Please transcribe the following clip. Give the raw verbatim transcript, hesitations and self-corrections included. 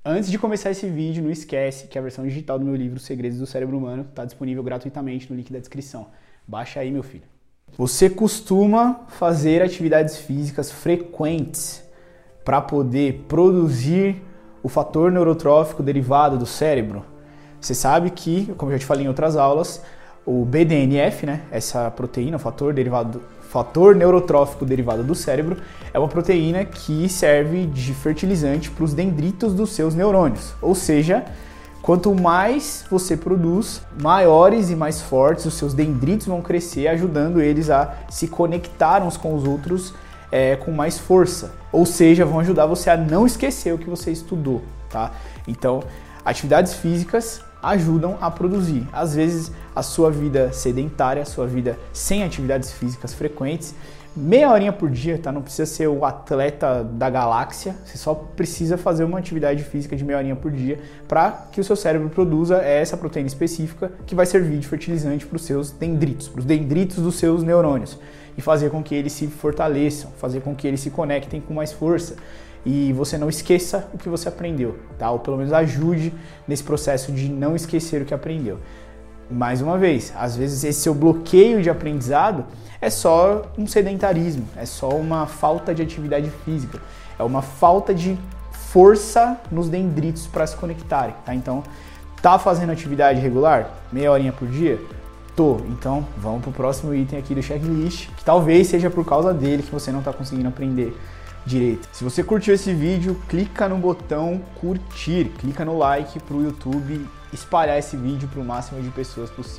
Antes de começar esse vídeo, não esquece que a versão digital do meu livro Segredos do Cérebro Humano está disponível gratuitamente no link da descrição. Baixa aí, meu filho. Você costuma fazer atividades físicas frequentes para poder produzir o fator neurotrófico derivado do cérebro? Você sabe que, como eu já te falei em outras aulas, o B D N F, né, essa proteína, o fator, derivado, fator neurotrófico derivado do cérebro, é uma proteína que serve de fertilizante para os dendritos dos seus neurônios. Ou seja, quanto mais você produz, maiores e mais fortes os seus dendritos vão crescer, ajudando eles a se conectar uns com os outros é, com mais força. Ou seja, vão ajudar você a não esquecer o que você estudou, tá? Então, atividades físicas ajudam a produzir. Às vezes, a sua vida sedentária, a sua vida sem atividades físicas frequentes, meia horinha por dia, tá? Não precisa ser o atleta da galáxia, você só precisa fazer uma atividade física de meia horinha por dia para que o seu cérebro produza essa proteína específica que vai servir de fertilizante para os seus dendritos, para os dendritos dos seus neurônios e fazer com que eles se fortaleçam, fazer com que eles se conectem com mais força e você não esqueça o que você aprendeu, tá? Ou pelo menos ajude nesse processo de não esquecer o que aprendeu. Mais uma vez, às vezes esse seu bloqueio de aprendizado é só um sedentarismo, é só uma falta de atividade física, é uma falta de força nos dendritos para se conectarem, tá? Então, tá fazendo atividade regular? Meia horinha por dia? Tô. Então, vamos pro próximo item aqui do checklist, que talvez seja por causa dele que você não tá conseguindo aprender direito. Se você curtiu esse vídeo, clica no botão curtir, clica no like pro YouTube espalhar esse vídeo para o máximo de pessoas possível.